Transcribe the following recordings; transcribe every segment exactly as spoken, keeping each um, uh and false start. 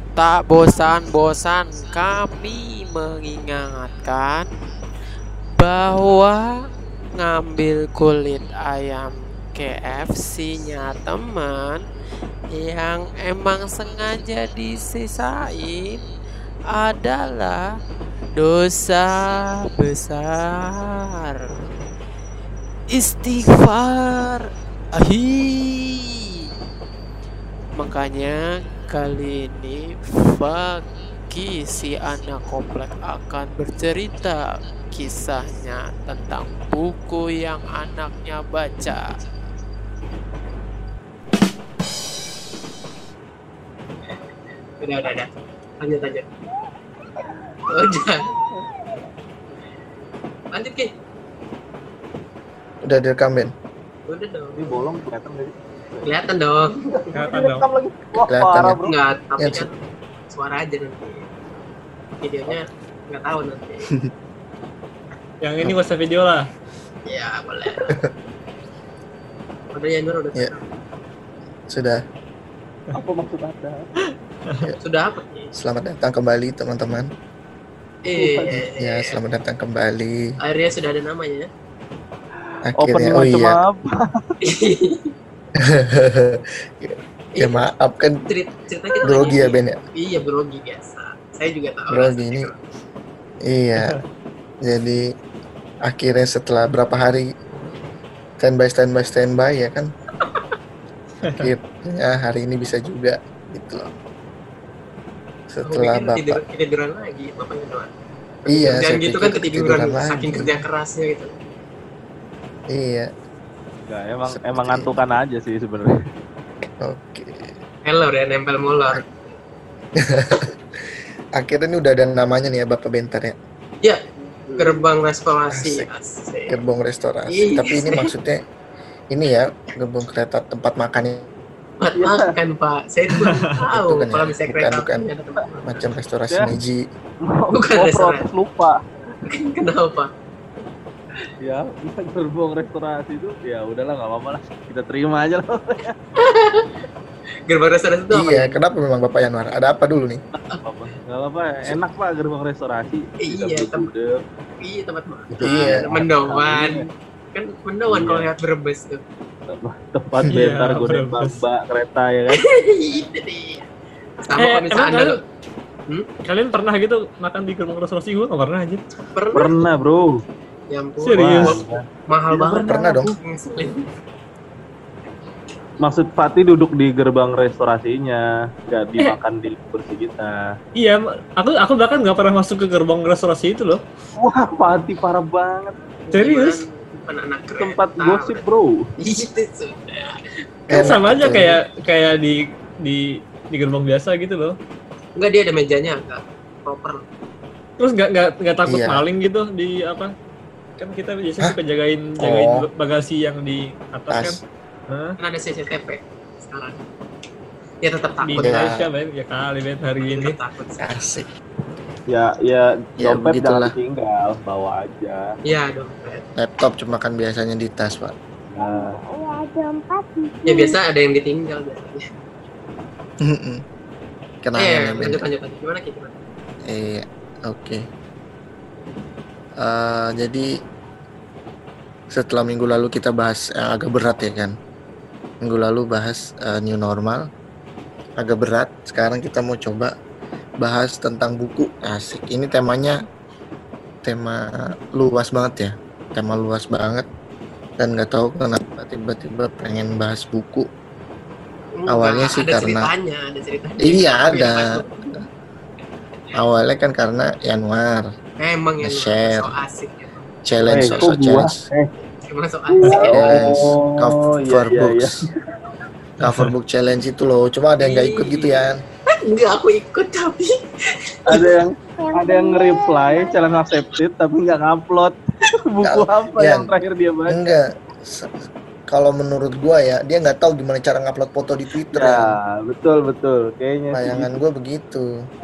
Tak bosan-bosan kami mengingatkan bahwa ngambil kulit ayam K F C-nya teman yang emang sengaja disisain adalah dosa besar. Istighfar. Ahi. Makanya kali ini Fakih si anak komplek akan bercerita kisahnya tentang buku yang anaknya baca. Udah, udah, udah. Lanjut, lanjut. Udah. Lanjut, Ki. Udah direkam, Ben? Udah dong. Ini bolong kelihatan tadi. Kelihatan dong. Kelihatan dong. Rekam lagi. Wah, Kelihatan parah, ya? bro. Enggak, tapi Ya, kan suara aja nanti. Videonya nggak tahu nanti. Yang ini gak usah video lah. Ya, boleh. Udah ya, Nur, udah. Ya. Sudah. Apa maksud Anda? Sudah apa, Ki? Selamat datang kembali teman-teman. Eh, Ya, selamat datang kembali. akhirnya sudah ada namanya. Akhirnya, Opening oh macam iya. apa? Ya maaf kan Cerita, cerita kita grogi tadi- ya, Ben ya? Iya, grogi biasa. Saya juga tahu. Grogi rasanya. ini. Iya. Jadi akhirnya setelah berapa hari standby standby standby ya kan? Akhirnya hari ini bisa juga gitu loh. Aku Setelah pikir tidur, bapak. ketiduran lagi, bapaknya doang. Iya, Kerjaan saya gitu pikir kan ketiduran, ketiduran saking lagi. kerja kerasnya gitu. Iya. Enggak, emang Seperti emang ngantukan aja sih sebenarnya. Oke. Hello ya, nempel molor. Akhirnya ini udah ada namanya nih ya Bapak Bentar ya. Ya, gerbang restorasi. Asik. Asik. Gerbong restorasi. Iya. Tapi ini maksudnya ini ya gerbong kereta tempat makan Tempat makan, Pak. Saya tuh baru tahu Bukan ya? kalau misalnya Bukan, kereta bukan. api ada tempat makan. macam restorasi Ya. Meiji. Bukan Oh, restoran. protes lupa. Kenapa? Ya, gerbong restorasi itu ya udahlah nggak apa-apa lah. Kita terima aja lah. Gerbang restorasi itu apa? Iya, kenapa memang Bapak Yanwar? Ada apa dulu nih? Apa-apa. Enggak apa-apa. Enak Pak gerbong restorasi. Iya, Tidak tem- bergudeg. Iya, tempat makan. Iya. Mendoan. Kan mendoan Iya. kalau lewat Brebes tuh. Tempat- tempat Iya, bentar godain Brebes. bamba kereta ya kan. Itu dia. Sama Eh, kalau misalnya emang Anda kalian- Kalian pernah gitu makan di gerbong restorasi? Gue gak pernah aja. pernah, Pernah, Bro. ya ampun. Serius? Wah, mahal Iya, banget. pernah dong. Ngeselin. Maksud Fatih duduk di gerbang restorasinya, nggak dimakan di kursi kita. Iya, aku aku bahkan gak pernah masuk ke gerbong restorasi itu loh. Wah, Fatih parah banget. Serius? Bukan anak kereta. Tempat gosip, Bro. Itu sudah. Kan Enak sama aja gitu. kayak kayak di di di gerbong biasa gitu loh. Enggak, dia ada mejanya agak proper. Terus nggak nggak nggak takut Iya. maling gitu di apa? Kan kita biasanya suka jagain jagain Oh. bagasi yang di atas Tas. kan. Hah? Kan ada C C T V sekarang. Dia tetap Di takut. Iya. Indonesia, Ben. Ya kali, Ben, hari ini. Tetap takut. Asik. Ya, ya, Ya, dompet jangan begitulah. ditinggal, bawa aja. Iya dong. Laptop cuma kan biasanya di tas, Pak. Nah, Ya biasa ada yang ditinggal biasanya. Kenangan Eh, ya, Ben. lanjut lanjut lanjut. Gimana Ki? Gimana? Iya, oke. Eh, jadi setelah minggu lalu kita bahas yang agak berat ya kan. Minggu lalu bahas eh, new normal, agak berat. Sekarang kita mau coba bahas tentang buku. Asik. Ini temanya tema luas banget ya. Tema luas banget. Dan nggak tahu kenapa tiba-tiba pengen bahas buku. Enggak, Awalnya sih ada karena- ceritanya, ada ceritanya. Iya, Tapi ada. apa? Awalnya kan karena Yanwar Emang yang Nge-share. so asik ya. challenge, eh, kok sosok gua? challenge. Eh, Emang so asik ya. Challenge Oh, cover iya, iya, books, cover book challenge itu loh. Cuma ada yang nggak ikut gitu ya. Enggak, aku ikut tapi ada yang ada yang nge-reply challenge accepted tapi nggak ngupload buku Nggak, apa ya. yang terakhir dia baca. Enggak. Se- Kalau menurut gua ya, dia nggak tahu gimana cara ngupload foto di Twitter ya. Ya, betul betul. Kayaknya sih Bayangan gua begitu.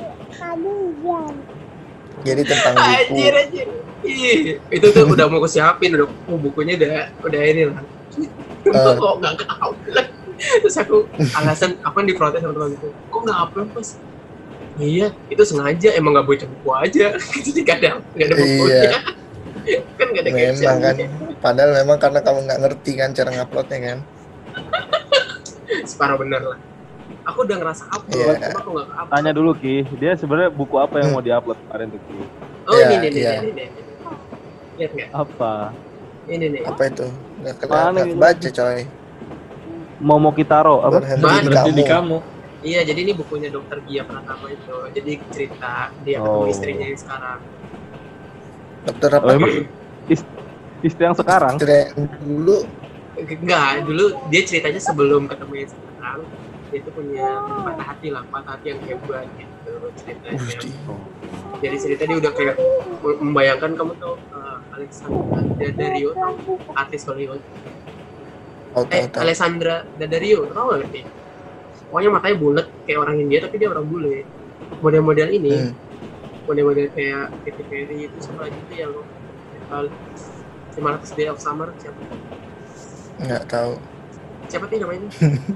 Jadi tentang buku. anjir anjir. Ih, itu tuh udah mau kusiapin, udah oh, bukunya udah udah ini lah. Eh. Kok nggak ke-upload? Terus aku alasan aku kan diprotes sama teman itu. Kok nggak upload, Mas? Iya, itu sengaja emang nggak baca buku aja. Jadi nggak ada nggak ada bukunya. Iya. Kan nggak ada Memang caption. kan, padahal memang karena kamu nggak ngerti kan cara nguploadnya kan. Separah bener lah. Aku udah ngerasa upload, Iya. cuma aku nggak upload. Tanya dulu Ki, dia sebenarnya buku apa yang Hmm. mau diupload kemarin tuh Ki? Oh Iya, ini nih, nih, iya. nih, nih, nih. Lihat nggak? Apa? Ini nih. Apa itu? Nggak Mana kelihatan, nggak gitu? baca coy. Momo Kitaro apa? Berhenti Ban, di Berarti di kamu. kamu. Iya, jadi ini bukunya Dokter Gia Pratama itu. Jadi cerita dia ketemu Oh. istrinya yang sekarang. Dokter Oh, apa? emang is- istri yang sekarang? Istri dulu. Enggak, dulu dia ceritanya sebelum ketemu yang sekarang. Dia itu punya patah hati lah, patah hati yang hebat gitu ceritanya. Ufti. Jadi cerita dia udah kayak membayangkan kamu tuh uh, Alexandra Daddario, tahu artis Hollywood. Tahu Eh, tahu tahu. Alessandra Daddario, tau gak ngerti? Pokoknya matanya bulat kayak orang India tapi dia orang bule. Model-model ini, Hmm. model-model kayak Katy Perry itu sama lagi tuh yang uh, lima ratus Day of Summer siapa? Nggak tahu. Siapa tuh namanya?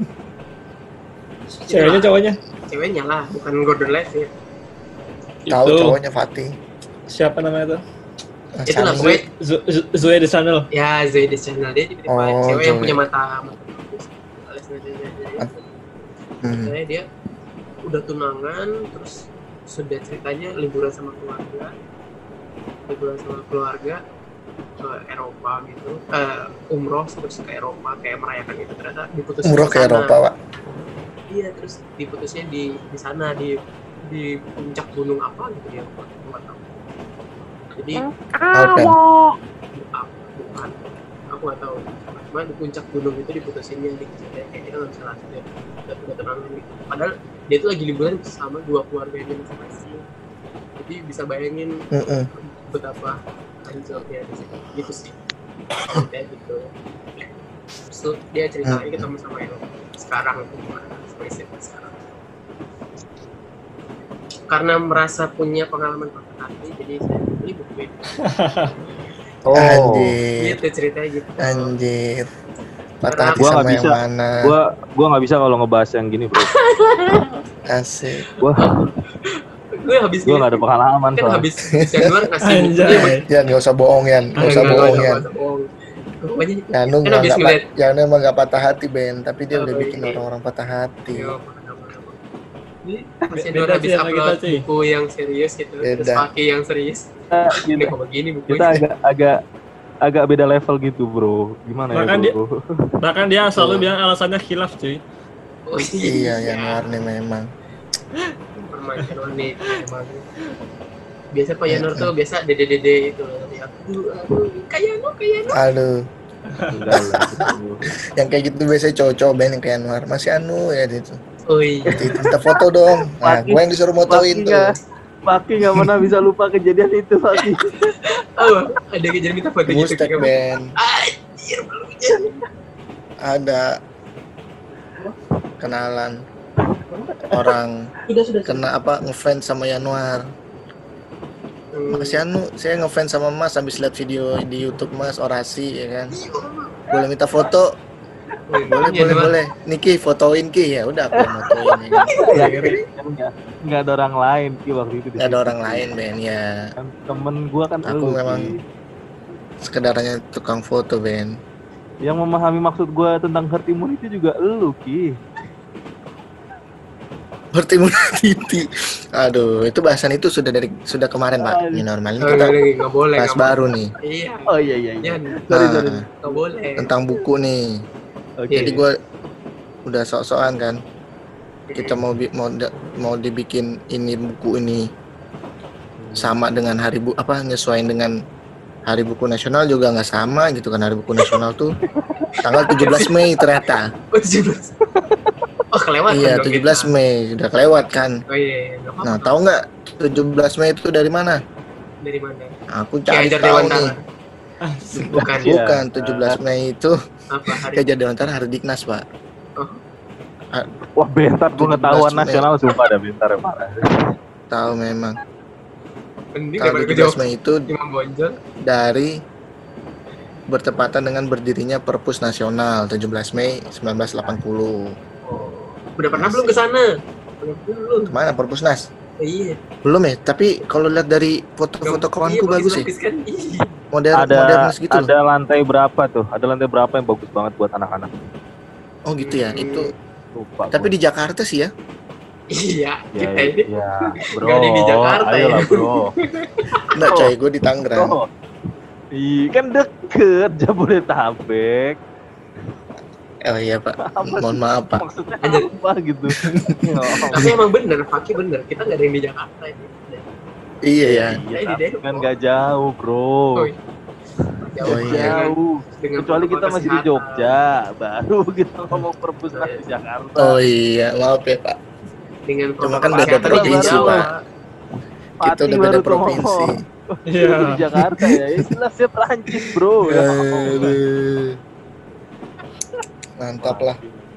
Ceweknya cowoknya. Ceweknya lah, bukan Gordon Levitt. Tahu Itu cowoknya Fatih. siapa namanya tuh? Nah, Itu lah, Sani. gue Zo- Zo- Zoe de Chanel. ya Zoe Deschanel dia tiba-tiba Oh, cewek yang Zoe. punya mata mata bagus. Alessandra Daddario. Hmm. Ceritanya dia udah tunangan, terus sudah ceritanya liburan sama keluarga, liburan sama keluarga ke Eropa gitu, eh, umroh terus ke Eropa kayak merayakan itu, ternyata diputusin Umroh di ke sana. Eropa, Pak. Iya, terus diputusnya di di sana di di puncak gunung apa gitu ya, aku nggak tahu. Jadi Alpen. apa bukan, aku nggak tahu. Cuma di puncak gunung itu diputusinnya di kayak kita nggak bisa langsung ya, udah udah tenangin gitu. Padahal dia tuh lagi liburan sama dua keluarganya masing-masing. Jadi bisa bayangin Mm-mm. betapa hancurnya di situ. Gitu sih. Kayak gitu. Terus tuh dia cerita lagi ketemu sama yang sekarang tuh gimana, sama istrinya sekarang. Karena merasa punya pengalaman patah hati, jadi saya beli buku itu. Oh, Anjir. Gitu ceritanya gitu. Anjir. Karena Patah hati gua nggak sama yang bisa. mana? gua gua nggak bisa kalau ngebahas yang gini, bro. Asik. Gua Gue habis gua nggak ada pengalaman kan soalnya. habis habis Januari ngasih bukunya. Anjay. Yan, nggak usah bohong Yan, nggak usah Nggak, bohong nggak, Yan. nggak usah bohong. Pokoknya Yanu kan nggak habis nggak ngeliat pat- Yanu emang nggak patah hati Ben, tapi dia Oh, udah bikin iya. orang-orang patah hati. Yo, mana-mana. Ini Mas Beda Edward habis sih sama upload kita, cuy. buku yang serius gitu, terus Beda. pakai yang serius. Kita, Ini kok begini kita bukunya. agak agak agak beda level gitu, bro. Gimana Bahkan ya, dia- bro? Bahkan dia selalu Betul. bilang alasannya khilaf cuy. Oh Iya, Yanuar nih memang. Permainan wanita emang. Biasa Pak Yanur tuh biasa dede-dede itu loh. Ya, aduh, aduh, kayak Yanur, kayak Yanur. Aduh, Enggak lah, gitu. yang kayak gitu biasanya cowok-cowok Ben yang kayak Yanuar. Masih Anu ya gitu. Oh iya. Minta foto dong. Nah, Paki- gue yang disuruh motoin Paki tuh. nggak- Paki nggak pernah bisa lupa kejadian itu, Paki. Oh, ada kejadian minta foto gitu. Mustek kayak, Ben. Anjir, malunya. Ada kenalan orang Sudah, sudah. kena apa ngefans sama Yanuar. Hmm. Mas Yanu, saya ngefans sama Mas habis lihat video di YouTube Mas orasi ya kan. Boleh minta foto? Boleh, boleh, Yanuar. boleh. Niki fotoin Ki ya. Udah aku yang motoin ya kan. Ya, nggak nggak ada orang lain Ki waktu itu. di Nggak ada situ, orang Ki. lain Ben ya. Kan temen gua kan Aku elu, memang Ki. sekedar hanya tukang foto Ben. Yang memahami maksud gua tentang herd immunity juga elu, Ki. Bertemu Titi. Aduh, itu bahasan itu sudah dari sudah kemarin Pak. Ini normal ini Oh, kita nggak boleh, nggak boleh. bahas nggak baru boleh. nih. Iya. Oh iya iya iya. Jan, Sorry Nah, sorry. nggak boleh. tentang buku nih. Oke. Jadi gue udah sok-sokan kan. Kita mau bi- mau da- mau dibikin ini buku ini sama dengan hari bu apa nyesuaiin dengan hari buku nasional juga nggak sama gitu kan. Hari buku nasional tuh tanggal tujuh belas Mei ternyata. Oh, tujuh belas. Oh, kelewatan Iya, dong tujuh belas kita. Mei udah kelewat kan. Oh iya, iya, nggak apa-apa. Nah, tahu nggak tujuh belas Mei itu dari mana? Dari mana? Aku Ki cari Hajar tahu Dewantara. nih. Bukan. Iya. Bukan tujuh belas Mei itu Apa hari? Ki Hajar Dewantara Hari Diknas, Pak. Wah bentar gua ngetahuan tujuh belas Mei. nasional sumpah ada bentar ya parah. Tahu memang. Mending Tanggal daripada tujuh gue belas jawab Mei itu Imam Bonjol. dari bertepatan dengan berdirinya Perpus Nasional tujuh belas Mei sembilan belas delapan puluh. Udah pernah belum ke sana? Belum. Belum. Kemana Perpusnas? Iya. Belum ya, tapi kalau lihat dari foto-foto kawanku Iya, bagus ya. lapis kan? Iya. Modern, Ada modernis gitu ada loh. lantai berapa tuh? Ada lantai berapa yang bagus banget buat anak-anak? Oh gitu ya, itu. Lupa. Tapi di Jakarta sih ya. Iya, ya, kita ini ya, bro. nggak ada di Jakarta Ayolah, ya. bro. Enggak coy, gue di Tangerang. Bro. Iya, kan deket Jabodetabek. Oh iya pak, Apa mohon sih? maaf pak. Maksudnya Anjir. apa gitu? Ya, Tapi emang bener, Fakih bener. Kita nggak ada yang di Jakarta ini. Iya ya. iya, Ini tapi Depok. kan nggak jauh, bro. Oh, iya. Jauh, Oh, iya. Jauh. Dengan Kecuali kita protokol masih di kesehatan. Jogja, baru kita ngomong perpusnas di Jakarta. Oh iya, maaf ya pak. Dengan Cuma protokol kan beda kesehatan di provinsi, Jawa. Pak. Kita udah Fatih beda baru provinsi. ngomong. Iya. Di Jakarta ya, ya jelasnya Prancis, bro. Ya, Aduh. Mantap lah.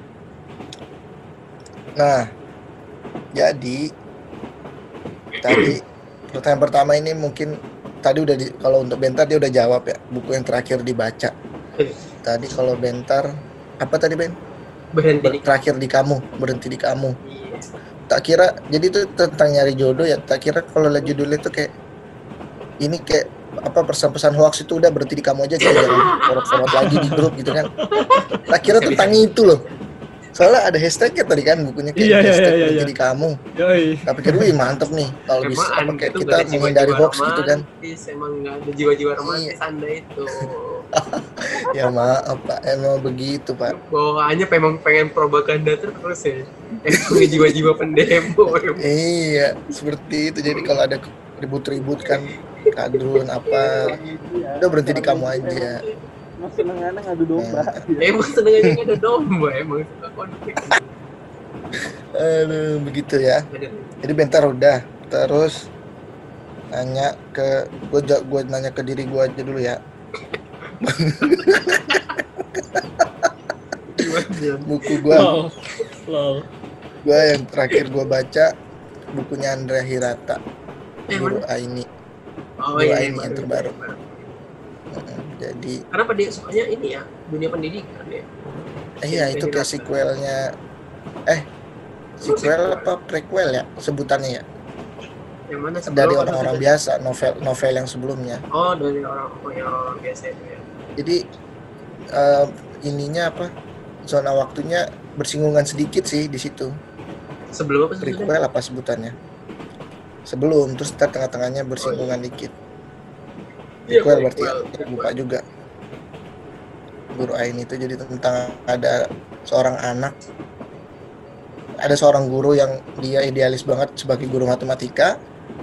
Nah, jadi tadi pertanyaan pertama ini mungkin tadi udah di, kalau untuk Bentar dia udah jawab ya, buku yang terakhir dibaca. Tadi kalau Bentar apa tadi Ben? Berhenti di Ber- terakhir di kamu, berhenti di kamu. Iya. Tak kira jadi itu tentang nyari jodoh ya. Tak kira kalau lihat judulnya itu kayak ini kayak apa pesan-pesan hoax itu udah berhenti di kamu aja, gitu, jangan forward-forward lagi di grup gitu kan. Tak kira tentang itu loh. Soalnya ada hashtagnya tadi kan bukunya kayak Iya, iya, hashtag iya, iya. berhenti di kamu. Yoi. Tapi pikir wih mantep nih kalau bisa Emang apa Anda kayak tuh kita nggak ada menghindari jiwa-jiwa hoax gitu kan. romantis, emang nggak ada jiwa-jiwa romantis Anda itu. Ya maaf Pak, emang begitu Pak. Bawaannya memang pengen propaganda terus ya. Emang jiwa-jiwa pendemo. Iya, seperti itu. Jadi kalau ada ribut-ribut kan kadrun apa, udah berhenti di kamu aja. Mas seneng-seneng ngadu domba. Emang seneng aja nggak ada domba, emang suka konflik. Aduh, begitu ya. Jadi bentar udah. Terus nanya ke gue, gue nanya ke diri gue aja dulu ya. Buku gue, Lol. Lol. gue yang terakhir gue baca bukunya Andrea Hirata, Guru Aini. Oh Guru iya, Aini yang terbaru. baru. Mm-mm. Jadi, Kenapa dia sukanya ini ya, dunia pendidikan ya? eh, iya itu kayak sequelnya, eh sequel apa prequel ya sebutannya ya, Yang mana sebelum dari atau orang-orang sesudah? biasa, novel novel yang sebelumnya. Oh, dari orang oh, yang orang biasa itu ya. Jadi eh, ininya apa, zona waktunya bersinggungan sedikit sih di situ. Sebelum apa sesudah? Prequel apa sebutannya? Sebelum, terus ntar tengah-tengahnya bersinggungan dikit. Iya, Prequel berarti ya, prequel. lupa juga. Guru Aini itu jadi tentang ada seorang anak, ada seorang guru yang dia idealis banget sebagai guru matematika.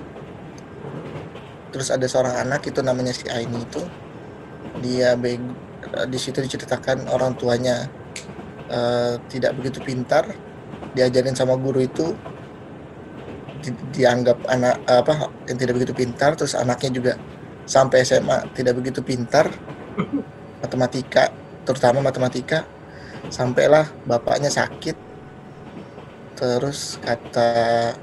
Terus ada seorang anak itu namanya si Aini itu, dia bego, di situ diceritakan orang tuanya eh, tidak begitu pintar, diajarin sama guru itu di- dianggap anak apa yang tidak begitu pintar, terus anaknya juga sampai S M A tidak begitu pintar matematika, terutama matematika, sampailah bapaknya sakit, terus kata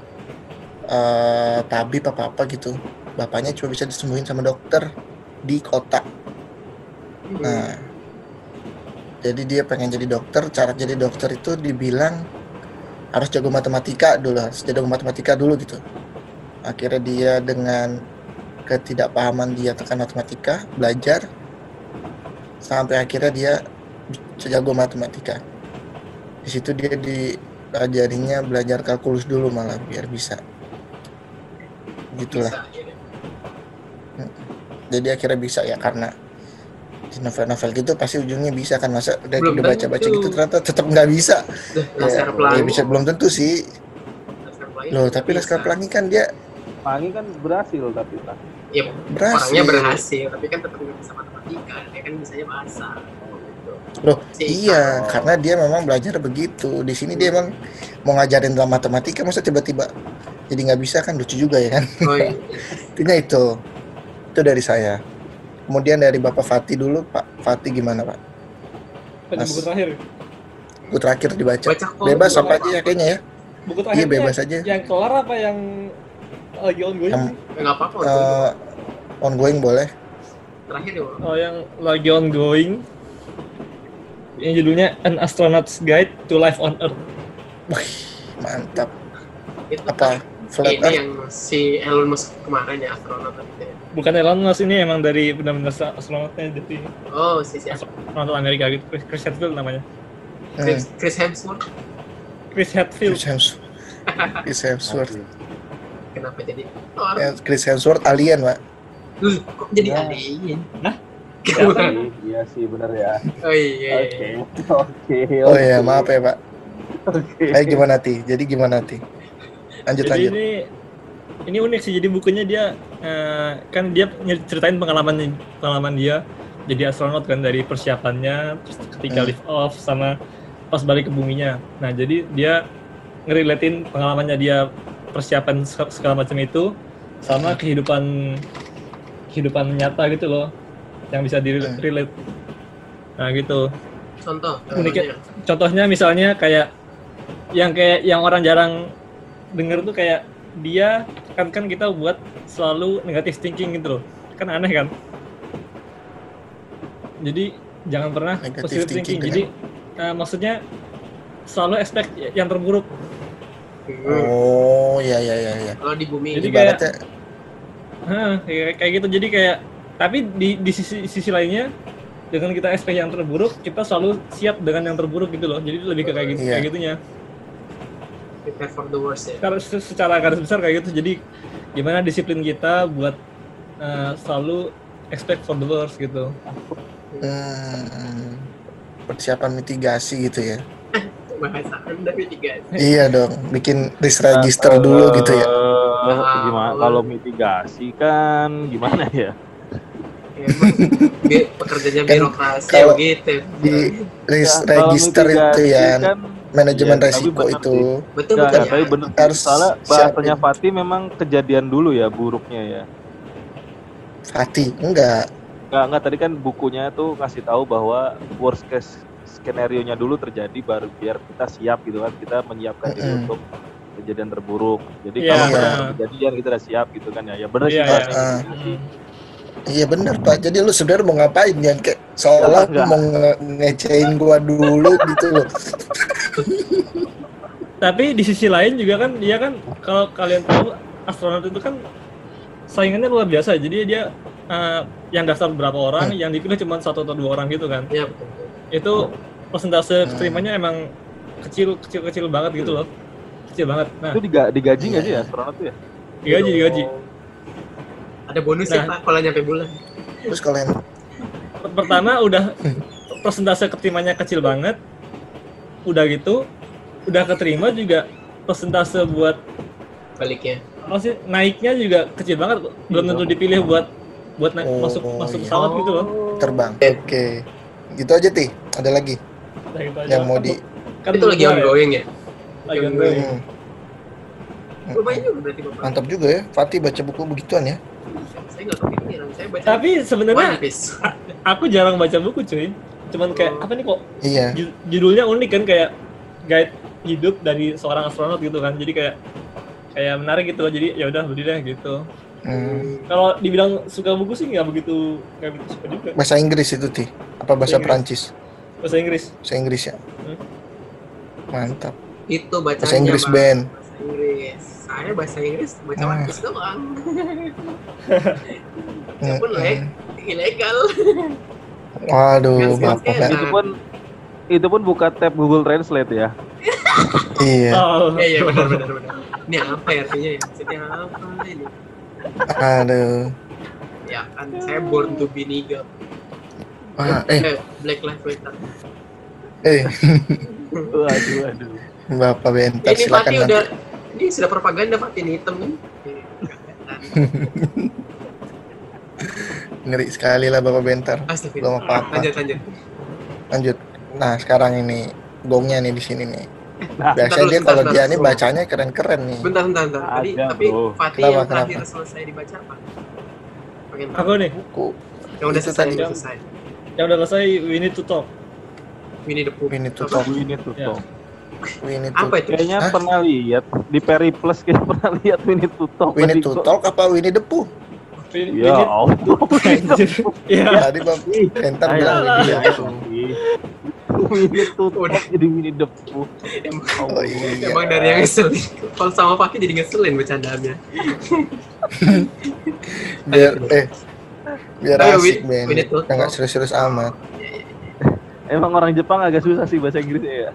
eh, tabib apa apa gitu, bapaknya cuma bisa disembuhin sama dokter di kota. Nah, jadi dia pengen jadi dokter. Cara jadi dokter itu dibilang harus jago matematika dulu, harus jago matematika dulu gitu. Akhirnya dia dengan ketidakpahaman dia tekan matematika, belajar sampai akhirnya dia bisa jago matematika. Di situ dia diajarinya belajar kalkulus dulu malah biar bisa. Gitulah. Bisa, ya. Jadi akhirnya bisa ya, karena di novel-novel gitu pasti ujungnya bisa kan, masa udah, Belum udah baca-baca tentu. gitu ternyata tetap nggak bisa. Laskar Ya, Pelangi. ya bisa, belum tentu sih. Laskar Pelangi Loh, juga tapi bisa. Laskar Pelangi kan dia Pangi kan berhasil tapi tak. Ya, berhasil. orangnya berhasil, tapi kan tetap nggak bisa matematika. Dia kan bisanya bahasa. Gitu. Loh, Si- iya, Oh. karena dia memang belajar begitu. Di sini dia emang mau ngajarin dalam matematika, masa tiba-tiba jadi nggak bisa, kan lucu juga ya kan. Oh iya. Intinya itu. Itu dari saya. Kemudian dari Bapak Fatih dulu, Pak Fatih gimana Pak? Pada Mas. buku terakhir. Buku terakhir dibaca. Baca kok. Bebas Baca apa kok. aja ya kayaknya ya. Buku Iya terakhir bebas aja. yang kelar apa yang lagi ongoing? Yang- Ya, nggak apa-apa. Eh, ongoing boleh. Terakhir ya, Bang. Oh, yang lagi ongoing. Yang judulnya An Astronaut's Guide to Life on Earth. Wih, mantap. Itu Apa? Flat Ini Earth. yang si Elon Musk kemarin ya, astronot gitu ya. Bukan Elon Musk, ini emang dari benar-benar astronotnya, jadi Oh, si siapa? astronot Amerika gitu. Chris, Chris Hadfield namanya. Hmm. Chris, Chris Hemsworth. Chris Hadfield. Chris Hemsworth. Chris Hemsworth. Kenapa jadi Thor? Ya, Chris Hemsworth alien, Pak. Loh, kok jadi Ya. alien? Hah? Iya, iya sih bener ya. Oh iya. Oke, iya. oke. Oh iya, maaf ya, Pak. Oke. Ayo gimana, Ti? Jadi gimana, Ti? Lanjut, Jadi lanjut. ini ini unik sih. Jadi bukunya dia eh, kan dia ceritain pengalaman pengalaman dia jadi astronot kan, dari persiapannya, terus ketika Hmm. lift off sama pas balik ke buminya. Nah, jadi dia ngerelatin pengalamannya dia persiapan se- segala macam itu sama kehidupan kehidupan nyata gitu loh, yang bisa Hmm. di-relate. Nah, gitu. Contoh. Uniknya- contohnya. Contohnya misalnya kayak yang kayak yang orang jarang denger tuh kayak dia kan kan kita buat selalu negative thinking gitu loh, kan aneh kan. Jadi jangan pernah Negative positive thinking, thinking. Jadi eh, maksudnya selalu expect yang terburuk. Hmm. Oh, iya iya iya iya. Kalau di bumi Jadi ini kayak- Ibaratnya Hah, kayak kayak gitu. Jadi kayak tapi di di sisi sisi lainnya dengan kita expect yang terburuk, kita selalu siap dengan yang terburuk gitu loh. Jadi itu lebih ke kayak gitu, Iya. kayak gitunya. prepare for the worst ya. Kalau se- secara garis besar kayak gitu. Jadi gimana disiplin kita buat uh, selalu expect for the worst gitu. hmm, persiapan mitigasi gitu ya. Bahasa Anda mitigasi. Iya dong, bikin risk register Eh, dulu gitu ya. Ah, Gimana kalau- kalau mitigasi kan gimana ya? Ya, emang bi- pekerjanya Kan birokrasi kalau begitu. Di risk Ya, kalau register itu mitigasi ya, kan, manajemen iya, tapi resiko bener itu. sih. Betul Enggak, betul. tapi bener Harus soalnya bahasanya siapin. Fatih memang kejadian dulu ya buruknya ya. Fatih, enggak. Enggak, enggak tadi kan bukunya tuh ngasih tahu bahwa worst case skenario-nya dulu terjadi baru biar kita siap gitu kan. Kita menyiapkan diri Mm-mm. untuk kejadian terburuk. Jadi Iya. kalau Iya. pernah kejadian kita udah siap gitu kan ya. Ya benar sih Iya, bahasanya iya. mitigasi. Iya bener Pak. Jadi lu sebenarnya mau ngapain ya? Kayak seolah Enggak. mau nge- ngecehin gua dulu gitu loh. Tapi di sisi lain juga kan dia kan, kalau kalian tahu astronot itu kan saingannya luar biasa. Jadi dia uh, yang daftar berapa orang, yang dipilih cuma satu atau dua orang gitu kan. Ya betul. betul. Itu persentase Hmm. keterimanya emang kecil kecil kecil banget gitu loh. Kecil banget. Nah, Itu diga- digaji nggak Iya, sih ya iya. astronot tuh ya? digaji digaji. Ada bonusnya Nah. Pak kalau nyampe bulan. Terus kalau yang Pertama udah persentase keterimanya kecil banget. Udah gitu, udah keterima juga persentase buat Baliknya. apa sih naiknya juga kecil banget. Belum tentu dipilih buat buat naik, Oh, masuk masuk iya. pesawat gitu loh. terbang. Oke. Gitu aja Ti. Ada lagi Nah, gitu aja. yang mau Kan- di kan Itu lagi dua ya. ongoing ya. Lagi ongoing. Hmm, Lumayan juga berarti Bapak. mantap juga ya. Fatih baca buku begituan ya. Saya nggak kepikiran. Saya baca Tapi sebenarnya One Piece. aku jarang baca buku cuy. Cuman kayak Oh. apa nih kok Iya. ju- judulnya unik kan, kayak guide hidup dari seorang astronot gitu kan. Jadi kayak kayak menarik gitu loh. Jadi ya udah beli deh gitu. Hmm. Kalau dibilang suka buku sih nggak begitu nggak begitu suka juga. Bahasa Inggris itu Ti. Apa bahasa Bahasa Inggris. Perancis? Bahasa Inggris. Bahasa Inggris ya. Hmm. Mantap. Itu bacanya Bahasa Inggris Bang. Ben. Bahasa Inggris. Saya bahasa Inggris baca Ah. One Piece doang. Hmm, Pun leg hmm. ilegal. Waduh, Gas, gas, bapak gas. Itu pun itu pun buka tab Google Translate ya. Iya. Oh, Iya iya benar benar benar. Ini apa ya artinya ya? Maksudnya apa ini? Aduh. Ya kan saya born to be nigga. Ah, eh, Eh, Black Lives Matter. eh, Waduh, waduh. Bapak Bentar Ini silakan Fatih nanti. udah ini sudah propaganda Fatih ini hitam kan? Ngeri sekali lah Bapak Bentar. Astagfirullah. Belum apa-apa. Lanjut lanjut. Lanjut. Nah, sekarang ini gongnya nih di sini nih. Nah, Biasanya dulu, dia bentar, kalau bentar. dia nih bacanya keren-keren nih. Bentar bentar bentar. Tadi Ada, tapi bro. Fatih Kenapa, yang terakhir kenapa? selesai dibaca apa? Pengen tahu. aku nih Buku Yang udah itu selesai, tadi. yang udah selesai. yang udah selesai We Need to Talk. Winnie the Pooh. Winnie the Apa? Pooh. ini tuh. Ya. Winnie Apa to itu? Kayaknya Hah? pernah lihat di Peri Plus kayak pernah lihat Winnie the Pooh. Winnie Tadi to kok- Talk apa Winnie the Pooh? We, we Ya need, Allah. Anjir. Iya. Tadi Bapak Bentar Ayo, bilang ayo, Winnie the ayo. Pooh. Mini tutup Udah. jadi mini debu. Emang, Oh iya. emang dari yang ngeselin. Kalau sama Fakih jadi ngeselin bercandaannya. Biar eh biar Ayo, asik Win- Ben. Win itu. Enggak serius-serius amat. Emang orang Jepang agak susah sih bahasa Inggrisnya ya.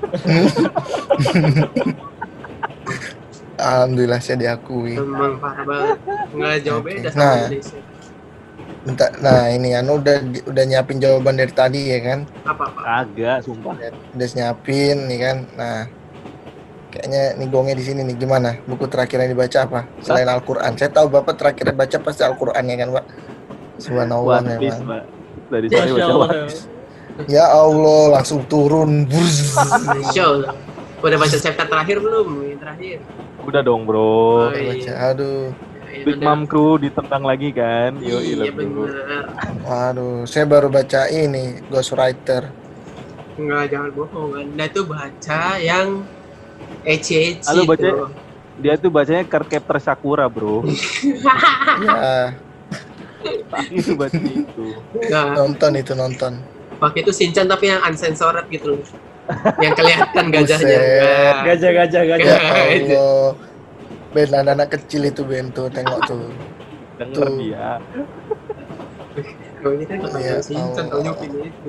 Alhamdulillah saya diakui. Emang parah banget. Nggak jauh Oke. beda sama Nah. Indonesia. Bentar, nah ini Anu udah udah nyiapin jawaban dari tadi ya kan? Apa-apa. Agak, sumpah. Udah nyiapin nih kan. Nah, kayaknya nih gongnya di sini nih gimana? Buku terakhir yang dibaca apa? Selain Al-Qur'an. Saya tahu Bapak terakhir baca pasti Al-Qur'an ya kan, Pak? Subhanallah One Piece, memang. Pak. Dari saya Masya baca Allah. One Piece. Ya Allah, langsung turun. Buzz. Show. Udah baca chapter terakhir belum? Yang terakhir. Udah dong, Bro. Oh, Baca, iya. aduh. Yang Big ada- Mom Crew ditentang lagi kan. Yo, Iya bro. bener. Waduh, saya baru baca ini Ghostwriter. Enggak, jangan bohong. Anda tuh baca yang Eci Eci Halo, baca- tuh. Dia tuh bacanya Cardcaptor Sakura, Bro. Ya, Itu baca itu. Enggak. nonton itu nonton. Pakai itu Shinchan tapi yang uncensored gitu loh. Yang kelihatan gajahnya. Buset. Enggak. Gajah, gajah, Ya gajah. Allah. Ben, anak-anak kecil itu Ben tuh, tengok tuh. Denger Tuh. dia. Kalau ini kan Ya kebanyakan Shinchan Allah. taunya film itu.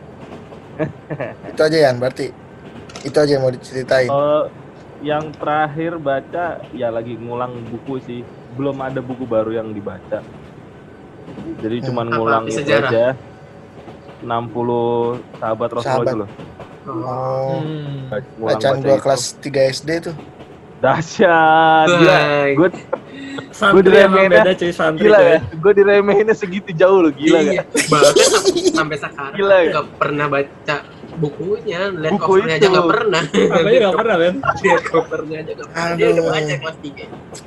Itu aja ya, berarti. Itu aja yang mau diceritain. Kalau yang terakhir baca ya lagi ngulang buku sih. Belum ada buku baru yang dibaca. Jadi Hmm. cuman Apa? ngulang itu Sejarah? aja. enam puluh sahabat Rasulullah Sahabat. itu loh. Oh. Oh, Hmm. Ngulang bacaan baca gua itu. kelas tiga S D tuh. Dahsyat. Gila. Baik. Gue Santri Gua emang diremehin beda cuy, santri gila cuy. ya. Gue diremehinnya segitu jauh loh, gila Iya. gak? Bahkan sampai sekarang Gila ya? nggak pernah baca bukunya, lihat Buku covernya aja itu. nggak pernah. Aku aja gak pernah, Ben. Lihat covernya aja nggak pernah. Dia udah Aduh. baca kelas tiga.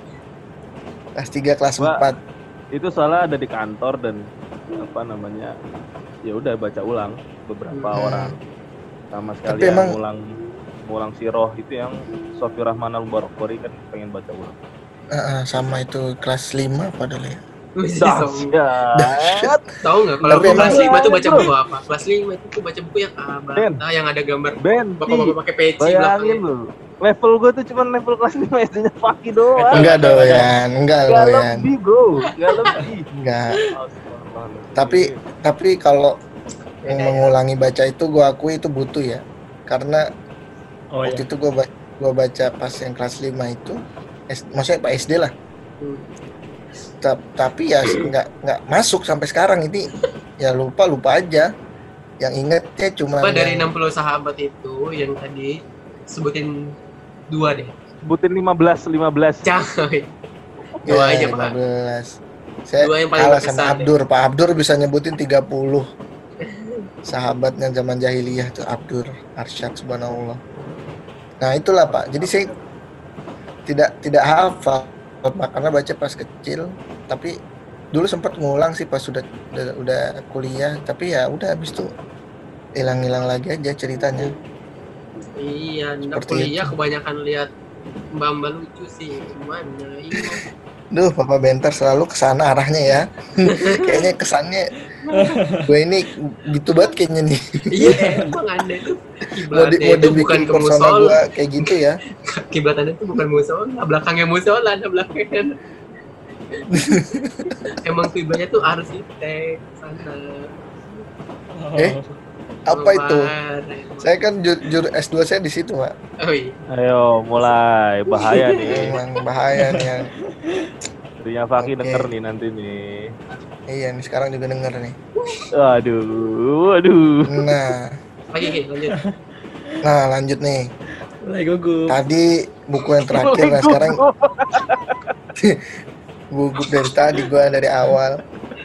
Kelas tiga, kelas Gua- empat. Itu soalnya ada di kantor dan apa namanya? Ya udah baca ulang beberapa Hmm. orang. Sama sekali Tapi emang- ngulang ngulang siroh itu yang Sofi Rahman Al-Mubarakfuri kan pengen baca ulang. Ah, ah, sama itu kelas lima padahal ya. Masih sombong. Dahsyat. Tahu nggak kalau Tapi gua emang- kelas lima tuh baca Bro. buku apa? Kelas lima itu tuh baca buku yang Abata Ben. yang ada gambar Ben, bapak-bapak pakai peci bayangin belakangnya. lu. Level gue tuh cuma level kelas lima S D-nya Fakih doang. Enggak doyan, enggak Gak doyan. lebih, Bro. Gak lebih. Enggak. Astagfirullahaladzim. Tapi tapi kalau yang Beda ya. mengulangi baca itu gua akui itu butuh ya. Karena Oh waktu iya. itu gua ba- gua baca pas yang kelas lima itu S- maksudnya Pak S D lah. Hmm. Ta- tapi ya nggak nggak masuk sampai sekarang ini ya lupa lupa aja. Yang ingetnya cuma Apa dari yang- enam puluh sahabat itu yang tadi sebutin dua deh. Sebutin lima belas, lima belas. Jangan. ya, Dua aja, Pak. lima belas. Saya Dua yang paling kalah berkesan sama deh. Abdur. Pak Abdur bisa nyebutin tiga puluh. Sahabatnya zaman jahiliyah tuh Abdur Arsyad, subhanallah. Nah, itulah Pak. Jadi saya tidak tidak hafal Pak, karena baca pas kecil, tapi dulu sempat ngulang sih pas sudah udah, udah kuliah, tapi ya udah habis itu hilang-hilang lagi aja ceritanya. Iya, ndak Seperti kuliah itu. kebanyakan lihat mbak-mbak lucu sih. Gimana? Iya. Duh, Papa Benter selalu kesana arahnya ya. Kayaknya kesannya gue ini gitu banget kayaknya nih. Iya, emang Anda itu Mau, di, kiblatnya mau itu bukan dibikin ke persona musola. gue kayak gitu ya. Kiblat Anda itu bukan musola, belakangnya musola, Anda belakangnya. Emang kiblatnya tuh arsitek sana. Oh. Eh? Apa itu? Kemarin. Saya kan jur, jur S dua saya di situ, Pak. Oh iya. Ayo, mulai. Bahaya nih. Emang bahaya nih yang Istrinya Fakih Oke. denger nih nanti nih. iya nih sekarang juga denger nih. Aduh, aduh. Nah, Lagi Ki, lanjut. nah lanjut nih. Mulai gugup. Tadi buku yang terakhir, nah sekarang buku dari tadi gua dari awal.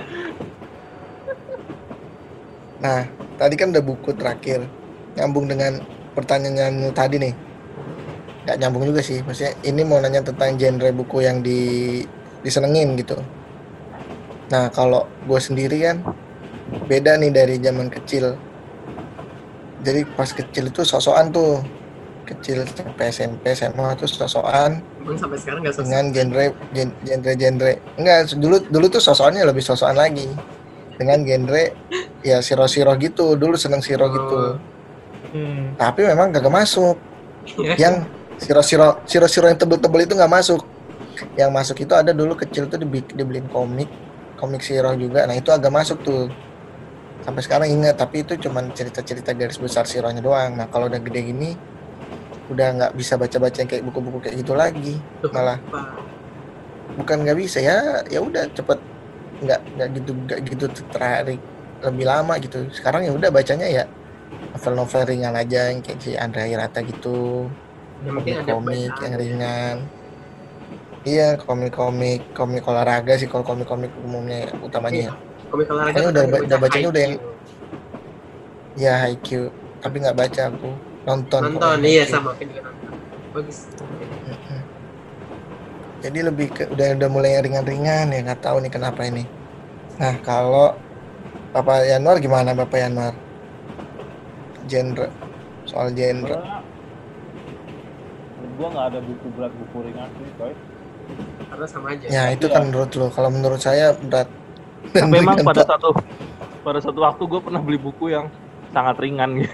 Nah, tadi kan udah buku terakhir. Nyambung dengan pertanyaanmu tadi nih. Gak nyambung juga sih. Maksudnya ini mau nanya tentang genre buku yang di disenengin gitu. Nah, kalau gue sendiri kan beda nih dari zaman kecil. Jadi pas kecil itu sosokan tuh. Kecil sampai S M P, S M A tuh sosokan Emang sampai sekarang nggak selesai. dengan genre gen- genre-genre. Enggak, dulu dulu tuh sosokannya lebih sosokan lagi. Dengan genre ya siro-siro gitu. Dulu seneng siro gitu. Hmm. Tapi memang kagak masuk. Yang siro-siro siro-siro yang tebel-tebel itu nggak masuk. Yang masuk itu ada dulu kecil tuh dibi- dibeliin komik, komik Siro juga. Nah itu agak masuk tuh. Sampai sekarang ingat, tapi itu cuman cerita-cerita garis besar Sironya doang. Nah kalau udah gede gini, udah nggak bisa baca-baca yang kayak buku-buku kayak gitu lagi. Malah bukan nggak bisa ya, ya udah cepet nggak nggak gitu nggak gitu tertarik lebih lama gitu. Sekarang ya udah bacanya ya novel-novel ringan aja yang kayak si Andrea Hirata gitu, Yang penting ada komik bacaan. yang ringan. Iya, komik-komik, komik olahraga sih kalau komik-komik umumnya ya, utamanya ya. Komik olahraga Pokoknya tuh udah kayak ba- udah baca bacanya udah yang Haikyuu. ya Haikyuu, tapi nggak baca aku, nonton. Nonton, pokoknya iya Haikyuu. sama aku juga nonton. Bagus. Mm-mm. Jadi lebih ke udah udah mulai yang ringan-ringan ya, nggak tahu nih kenapa ini. Nah kalau Bapak Yanwar gimana Bapak Yanwar? Genre, soal genre. Sebenarnya menurut gua nggak ada buku berat buku ringan sih, coy. Karena sama aja. Ya itu Iya. kan menurut lo. Kalau menurut saya berat. Dan Tapi emang ringan, pada Pak. satu pada satu waktu gue pernah beli buku yang sangat ringan gitu.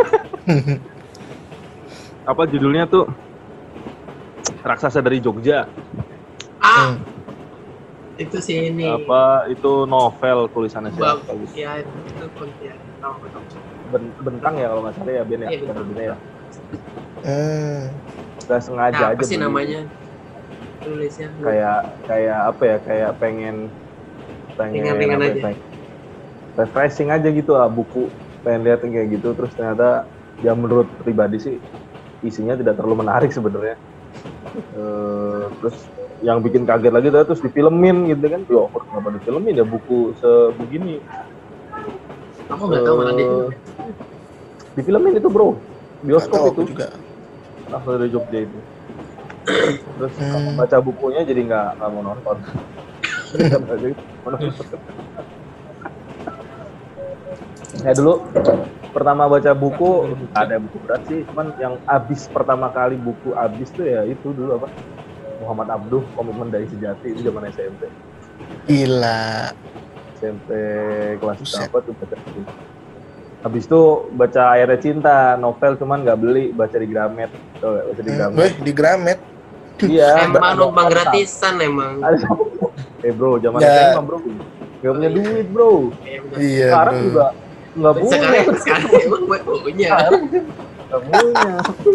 Apa judulnya tuh? Raksasa dari Jogja. Ah, Hmm. itu sih ini. Apa itu novel tulisannya Bab, siapa gitu. ya itu kontian. Tahu betul. Ben- Bentang ya kalau nggak salah ya Ben ya. Iya, Bentang. Bener-bener ya. Hmm. Gak sengaja Nah, aja apa sih beli. namanya? Tulisnya Kayak kayak apa ya? Kayak pengen pengen Ringan-ringan apa ya, aja. pengen refreshing aja gitu lah buku. Pengen lihat yang kayak gitu terus ternyata ya menurut pribadi sih isinya tidak terlalu menarik sebenarnya. Eh, terus yang bikin kaget lagi tuh terus difilmin gitu kan. Loh, kenapa difilmin ya buku sebegini? aku nggak tahu malah dia. Eh, Difilmin itu, Bro. Nggak tahu Bioskop aku itu. juga. Asal dari Jogja itu. Terus Hmm. kalau baca bukunya jadi nggak nggak mau nonton. Nggak baca itu, mau nonton. Ya dulu pertama baca buku ada buku berat sih, cuman yang abis pertama kali buku abis tuh ya itu dulu apa Muhammad Abduh Komitmen Dai Sejati itu zaman S M P. Gila. S M P kelas Buset. berapa tuh baca itu. Habis itu baca Airnya Cinta, novel cuman nggak beli, baca di Gramet. Tuh, baca di Hmm. Gramet. Weh, di Gramet. Iya, Emang ada- numpang ada- gratisan emang. ada- Eh bro, zaman Ya. S M A bro, nggak punya duit bro. Ya, udah. Iya, Sekarang bro. juga nggak punya. Sekarang sekarang emang gue punya. Nggak punya.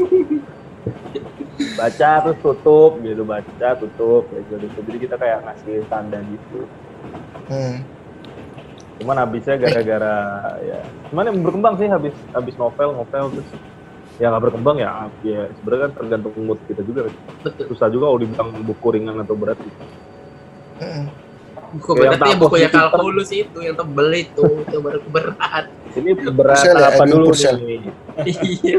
Baca terus tutup gitu, baca tutup kayak gitu. Jadi kita kayak ngasih tanda gitu. Hmm. Cuman habisnya gara-gara ya, cuman yang berkembang sih habis habis novel novel terus ya nggak berkembang ya, ya sebenarnya kan tergantung mood kita juga. Betul. Susah juga kalau dibilang buku ringan atau berat gitu. Hmm. Buku Kayak berat ya yang buku ya tapos di kalkulus itu yang tebel itu, itu baru berat. Ini berat Pursel ya, apa Edwin dulu Pursel. nih? Iya.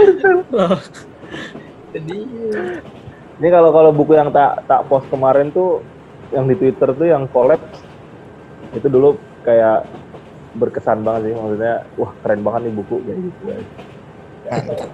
Jadi Ini kalau kalau buku yang tak tak post kemarin tuh yang di Twitter tuh yang collapse itu dulu kayak berkesan banget sih, maksudnya wah keren banget nih buku kayak gitu guys. Mantap.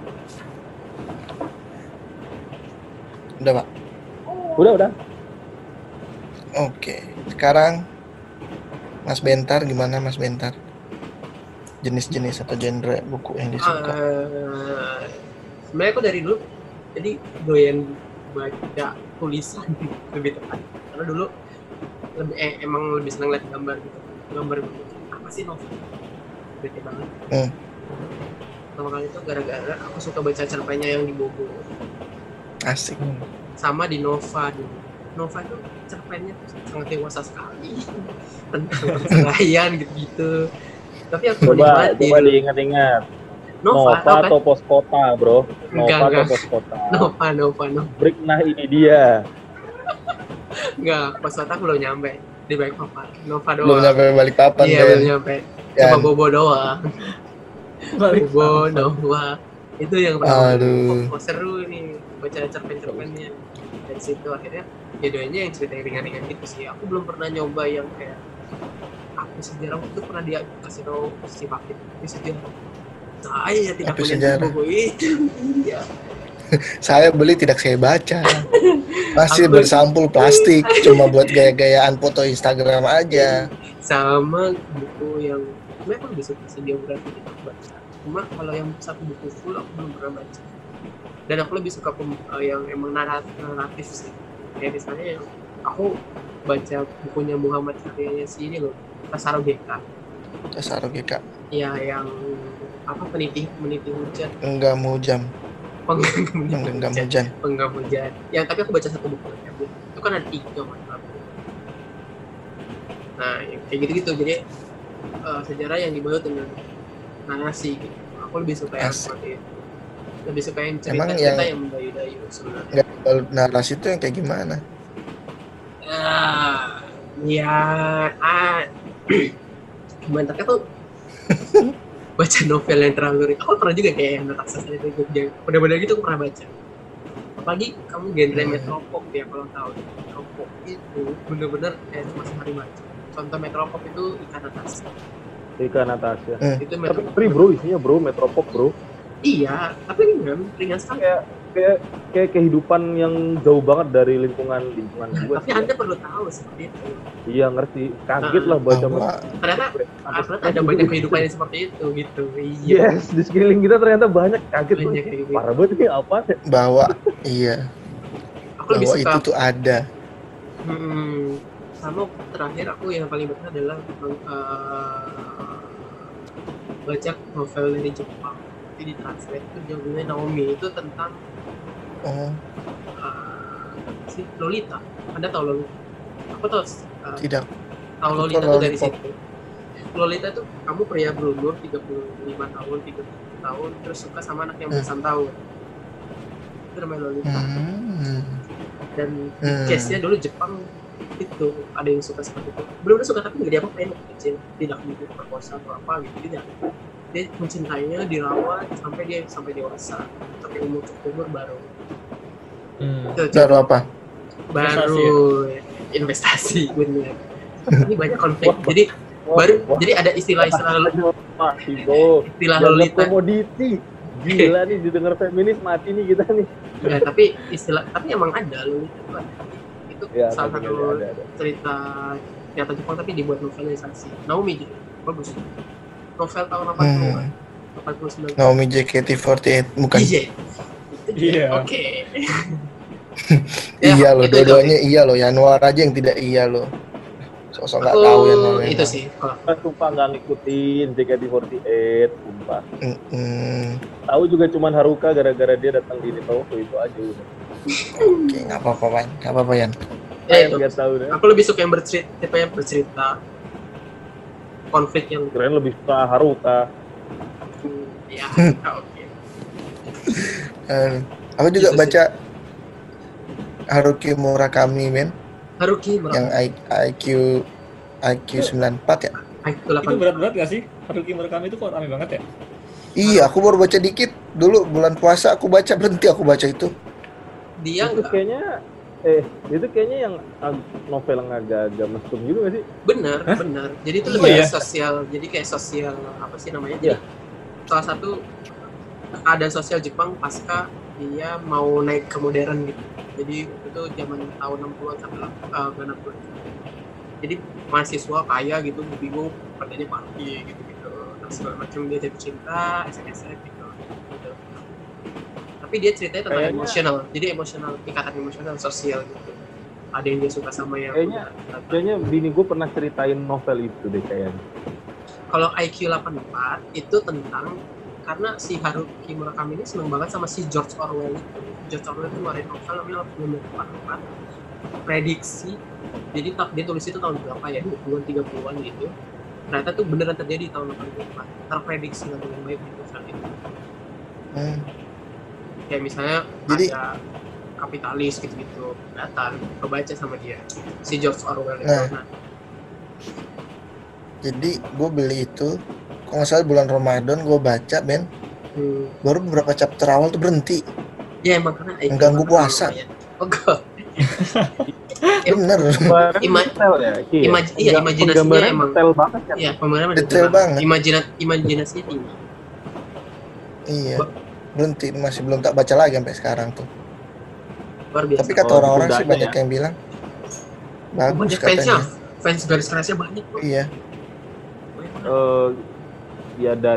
Udah, Pak. Udah udah. Oke. Sekarang Mas Bentar gimana Mas Bentar? Jenis-jenis atau genre buku yang disuka? eh, sebenarnya aku dari dulu jadi doyan baca tulisan lebih tepat karena dulu lebih eh, emang lebih senang lihat gambar gitu gambar buku apa sih novel bete banget. Hmm. Pertama kali itu gara-gara aku suka baca cerpennya yang di Bogor Asik. sama di Nova dulu. Nova itu cerpennya tuh sangat dewasa sekali tentang perceraian gitu-gitu. Tapi aku Coba menikmati coba dulu. diingat-ingat. Nova, Nova tau kan? atau pos kota, bro? Enggak, Nova atau enggak. pos kota? Nova, Nova, Nova. Break, nah ini dia. Enggak, pas waktu aku belum nyampe di balik papan. Nova doang. Belum nyampe balik papan Iya, kan? belum nyampe. Kan? Cuma Bobo doang. Balik Bobo, Nova. Itu yang pertama. Aduh. Oh, seru nih baca cerpen-cerpennya. Dari situ akhirnya ya doanya yang cerita yang ringan-ringan gitu sih. Aku belum pernah nyoba yang kayak aku sejarah waktu itu pernah dia kasih tahu si Pakit ini sejarah. Saya tidak Apa punya sejarah? buku itu. Iya. Saya beli tidak saya baca. Masih Aku- bersampul plastik, cuma buat gaya-gayaan foto Instagram aja. Sama buku yang sebenarnya aku lebih suka sih biografi gitu baca Cuma kalau yang satu buku full aku belum pernah baca. Dan aku lebih suka pem- eh, yang emang naratif, naratif sih. Kayak misalnya yang aku baca bukunya Muhammad Haryanya si ini loh, Tasaro Geka. Tasaro Geka. Ya yang apa peniti meniti hujan, Enggak mau jam. penggenggam Menggenggam hujan, hujan. penggenggam hujan. Yang tapi aku baca satu buku ya. Itu kan ada tiga masalah. Nah, yang kayak gitu-gitu. Jadi eh, sejarah yang dibalut dengan narasi gitu. Aku lebih suka yang Asik. seperti itu. Lebih suka yang Emang cerita-cerita yang- yang mendayu-dayu sebenarnya. Enggak kalau narasi itu yang kayak gimana? Ah, ya, ah, mantapnya tuh baca novel yang terlalu. Aku pernah juga kayak yang raksasa itu Jogja. Benar-benar gitu aku pernah baca. Apalagi kamu genre Hmm. metropop ya kalau tahu. Metropop itu benar-benar kayak masih hari baca. Contoh metropop itu Ikan Natasha. Ika Natasha. Hmm. Itu Tapi metropop. free bro, isinya bro, metropop bro. Iya, tapi ringan, ringan sekali. Kayak kayak kayak kehidupan yang jauh banget dari lingkungan lingkungan gue. Tapi Anda perlu tahu seperti itu. Iya ngerti, kaget lah baca Bahwa Ternyata ternyata ada banyak kehidupan yang seperti itu gitu. Iya. Yes, di sekeliling kita ternyata banyak, kaget Banyak banget. kayak gitu. Parah banget ini apa ya? bahwa iya, Aku lebih bahwa suka itu tuh ada. Hmm, sama terakhir aku yang paling berkesan adalah uh, baca novel dari Jepang. Itu di translate itu judulnya Naomi, itu tentang Oh, uh, si Lolita. Anda tahu Lolita? Aku tahu uh, tidak. tahu Aku Lolita tahu tuh dari Lollipop. situ. Lolita tuh kamu pria berumur tiga puluh lima tahun, tiga puluh tahun terus suka sama anak yang Hmm. belasan tahun. Itu namanya Lolita. Hmm. Dan Hmm. case-nya dulu Jepang itu ada yang suka seperti itu, belum suka tapi nggak diapa-apain waktu kecil, tidak begitu perkosa atau apa gitu, tidak, dia mencintainya, dirawat sampai dia sampai dewasa, sampai umur cukup umur baru Hmm. itu Baru apa? baru investasi bener. Ini banyak konflik, Wah, jadi Wah, baru wah, jadi ada istilah-istilah mati bro. istilah Dianggap Lolita. komoditi. Gila nih didengar feminis mati nih kita nih. Ya, tapi istilah tapi emang ada Lolita itu ada. Itu Ya, salah tapi satu ada, ada. cerita nyata Jepang tapi dibuat novelisasi. Naomi gitu, bagus. Novel tahun delapan puluhan, Hmm. delapan puluh sembilan. Naomi J K T empat delapan bukan? Iya. Itu dia. Iya. Oke. Iya loh, itu- itu- dua-duanya iya loh. Januar aja yang tidak iya loh. Sosok nggak Aku tahu Januar. itu sih. Kalau Ah, sumpah nggak ngikutin J K T empat delapan, sumpah. Hmm. Tahu juga cuman Haruka gara-gara dia datang di Nitoho itu aja udah. Oke, nggak apa-apa, Pan. Nggak apa-apa, Yan. eh, Saya nggak tahu deh. aku lebih suka yang bercerita, tipe yang bercerita konflik yang Keren lebih suka Haruka. ya. Oke. Eh, aku juga Gitu sih. baca Haruki Murakami, men, Haruki yang Murakami. I- IQ IQ sembilan puluh empat ya. Itu Itu delapan. berat-berat gak sih? Haruki Murakami itu kok rame banget ya? Iya, aku baru baca dikit. Dulu bulan puasa aku baca, berhenti aku baca itu. Dia Itu enggak kayaknya eh itu kayaknya yang ag- novel yang agak-agak mesum gitu nggak sih? benar, Hah? benar. Jadi itu Oh, lebih iya? sosial. Jadi kayak sosial apa sih namanya? Iya. Jadi salah satu keadaan sosial Jepang pasca dia mau naik ke modern gitu. Jadi itu zaman tahun enam puluhan sampai uh, enam puluhan. Jadi mahasiswa kaya gitu bingung katanya party gitu-gitu. Terus segala macam dia jatuh cinta, S M S gitu. gitu. Tapi dia ceritanya tentang Kayaknya- emosional. Jadi emosional, ikatan emosional sosial gitu. Ada yang dia suka sama yang Kayaknya- Kayaknya bini gue pernah ceritain novel itu deh kayaknya. kalau I Q delapan puluh empat itu tentang karena si Haruki Murakami ini seneng banget sama si George Orwell itu. George Orwell itu ngeluarin novel namanya seribu sembilan ratus empat puluh empat, prediksi. Jadi tak- dia tulis itu tahun berapa ya, dua puluhan tiga puluhan gitu. Ternyata tuh beneran terjadi tahun delapan puluh empat, terprediksi dengan baik di novel itu. Hmm. Kayak misalnya Jadi- ada kapitalis gitu-gitu datang, kebaca sama dia si George Orwell itu. Nah. Nah, Jadi gue beli itu, kalau nggak salah bulan Ramadan gue baca, men. hmm, Baru beberapa chapter awal tuh berhenti. ya emang karena I Q Mengganggu delapan puluh puasa. ya. Oh god. Bener. Ima- detail ya. Iya. imaj- iya, Enggak, imajinasinya penggambaran emang- detail banget kan. Iya, pembenaran Detail banget. Imajina, imajinasinya tinggi. Iya. Berhenti, masih belum tak baca lagi sampai sekarang tuh. Luar biasa. Tapi kata Oh, orang-orang sih ditundanya banyak ya. yang bilang bagus banyak fansnya, katanya. fans garis kerasnya banyak. Bro. Iya. Banyak banget. Eh, ya dari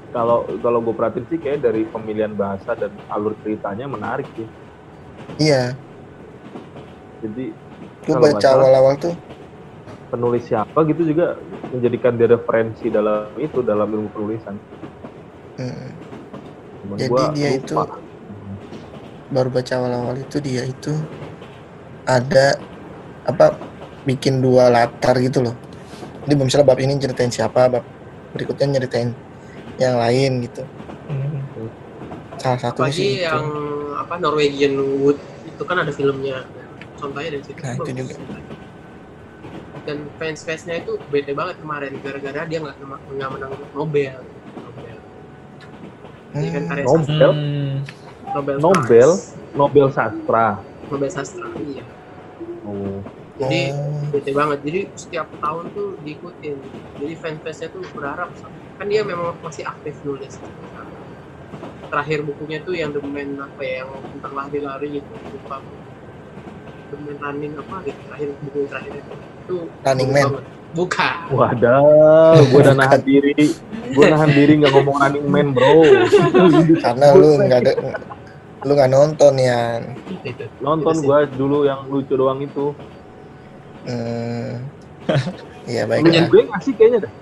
kalau kalau gue perhatiin sih kayak dari pemilihan bahasa dan alur ceritanya menarik sih. Iya, Jadi gue kalau nggak baca salah, awal-awal tuh. penulis siapa gitu juga menjadikan dia referensi dalam itu dalam ilmu penulisan. mm, Cuman Jadi gua dia lupa. itu baru baca awal-awal itu dia itu ada apa bikin dua latar gitu loh. Jadi misalnya bab ini ceritain siapa, bab berikutnya nyeritain yang lain gitu. Hmm. Salah satunya sih Apalagi itu. yang apa Norwegian Wood itu kan ada filmnya. Contohnya dari situ. Nah, itu bagus. juga. Dan fans-fansnya itu bete banget kemarin gara-gara dia nggak nggak menang Nobel. Nobel. Ini kan Hmm, karya Nobel? sastra. Hmm. Nobel. Nobel, Prize. Nobel sastra. Nobel sastra. Iya. Oh. Jadi oh, bete banget. Jadi setiap tahun tuh diikutin. Jadi fans-fansnya tuh berharap kan dia memang masih aktif nulis. Terakhir bukunya tuh yang The Man apa ya yang tentang lari-lari gitu. Lupa. The Man Running apa gitu. Terakhir buku terakhir itu. Itu Running bagus Man. banget. Bukan. Wadah, gue udah nahan diri, gue nahan diri nggak ngomong Running Man bro. karena lu nggak ada, lu nggak nonton ya. Itu. Nonton Itu sih. gue dulu yang lucu doang itu. Hmm, iya Punya baiklah. gue ngasih kayaknya dah.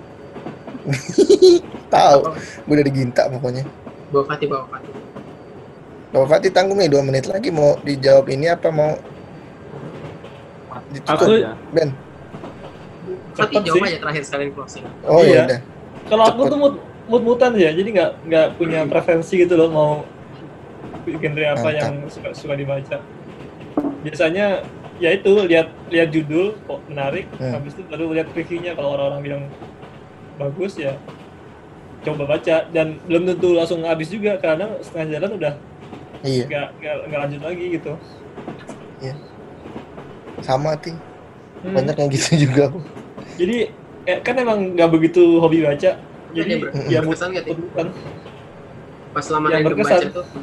Tahu, gue udah diginta pokoknya. Bawa Fatih, bawa Fatih. Bapak Fatih tanggung nih dua menit lagi mau dijawab ini apa mau ditutup? Aku- Aja. Ben. Fatih Cepet jawab sih. aja terakhir sekalian closing. Oh Iya. ya udah. Kalau aku Cepet. tuh mut mut-mutan ya, jadi nggak nggak punya preferensi gitu loh mau genre apa Mantap. yang suka suka dibaca. Biasanya ya itu lihat lihat judul kok menarik, Hmm. habis itu baru lihat reviewnya kalau orang-orang bilang bagus ya coba baca dan belum tentu langsung habis juga kadang setengah jalan udah Iya, nggak nggak nggak lanjut lagi gitu. sama Ting. Hmm. Banyak yang gitu juga. Jadi eh, kan emang nggak begitu hobi baca. Jadi Ada ber- ya mut berkesan nggak, Ting? mut-mutan. Pas selama Yang random berkesan. baca tuh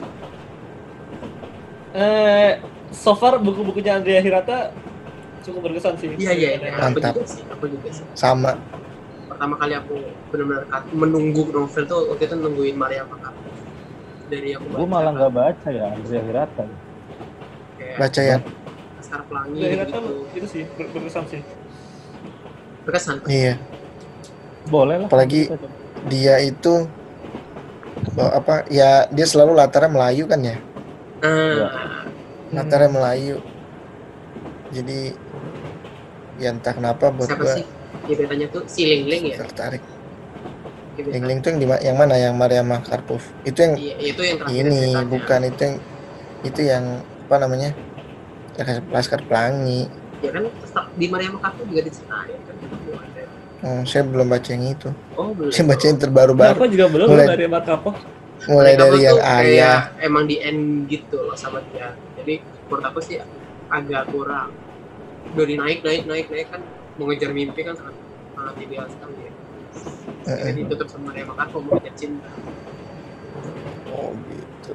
Eh, so far buku-bukunya Andrea Hirata cukup berkesan sih. iya iya iya aku Mantap. juga sih aku juga sih Sama. pertama kali aku benar-benar kat- menunggu novel tuh waktu itu nungguin Maria Makar dari aku Gue malah nggak baca ya Andrea Hirata. kayak Baca ya. Laskar Pelangi Andrea Hirata gitu itu sih ber- berkesan sih. berkesan Iya. Boleh lah. Apalagi Kita coba. dia itu oh, apa ya dia selalu latarnya Melayu kan ya. ah Latarnya Melayu. Jadi ya entah kenapa buat siapa gua sih gebetannya tuh si Ling Ling ya tertarik. Gebetan. Ling Ling tuh yang, di, ma- yang mana yang Maria Makarpov. Itu yang iya itu yang terakhir ini ceritanya. bukan itu yang itu yang apa namanya? Yang Laskar Pelangi. ya kan tetap di Maria Makar tuh juga diceritain kan itu ada. Oh, saya belum baca yang itu. oh belum Saya baca yang Nah, terbaru-baru. aku juga belum Mulai- dari Markapo. Mulai Mereka dari tuh yang kayak ayah. emang di end gitu loh sama dia jadi menurut aku sih agak kurang udah dinaik naik naik naik kan mengejar mimpi kan sangat sangat ideal sekali ya Heeh. jadi ditutup sama Maria Makar mau mengejar cinta Oh gitu.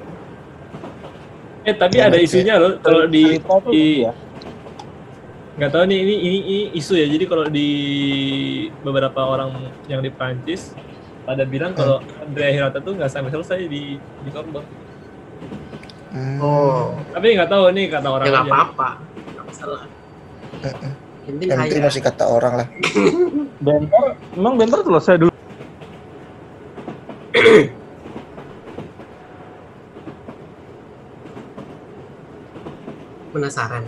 Eh tapi Ya, ada oke. isunya loh kalau di Cerita tuh di ya. nggak tahu nih ini ini ini isu ya. Jadi kalau di beberapa orang yang di Prancis pada bilang kalau Andrea Hirata tuh nggak sampai selesai di di Cordoba. Hmm. oh Tapi nggak tahu nih kata orang ya nggak aja. apa-apa nggak masalah Heeh. yang penting Yang penting kaya masih kata orang lah. Benter, emang Benter selesai dulu. penasaran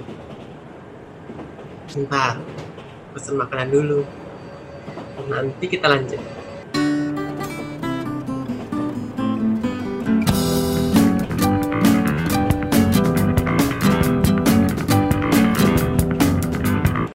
bentar pesen makanan dulu nanti kita lanjut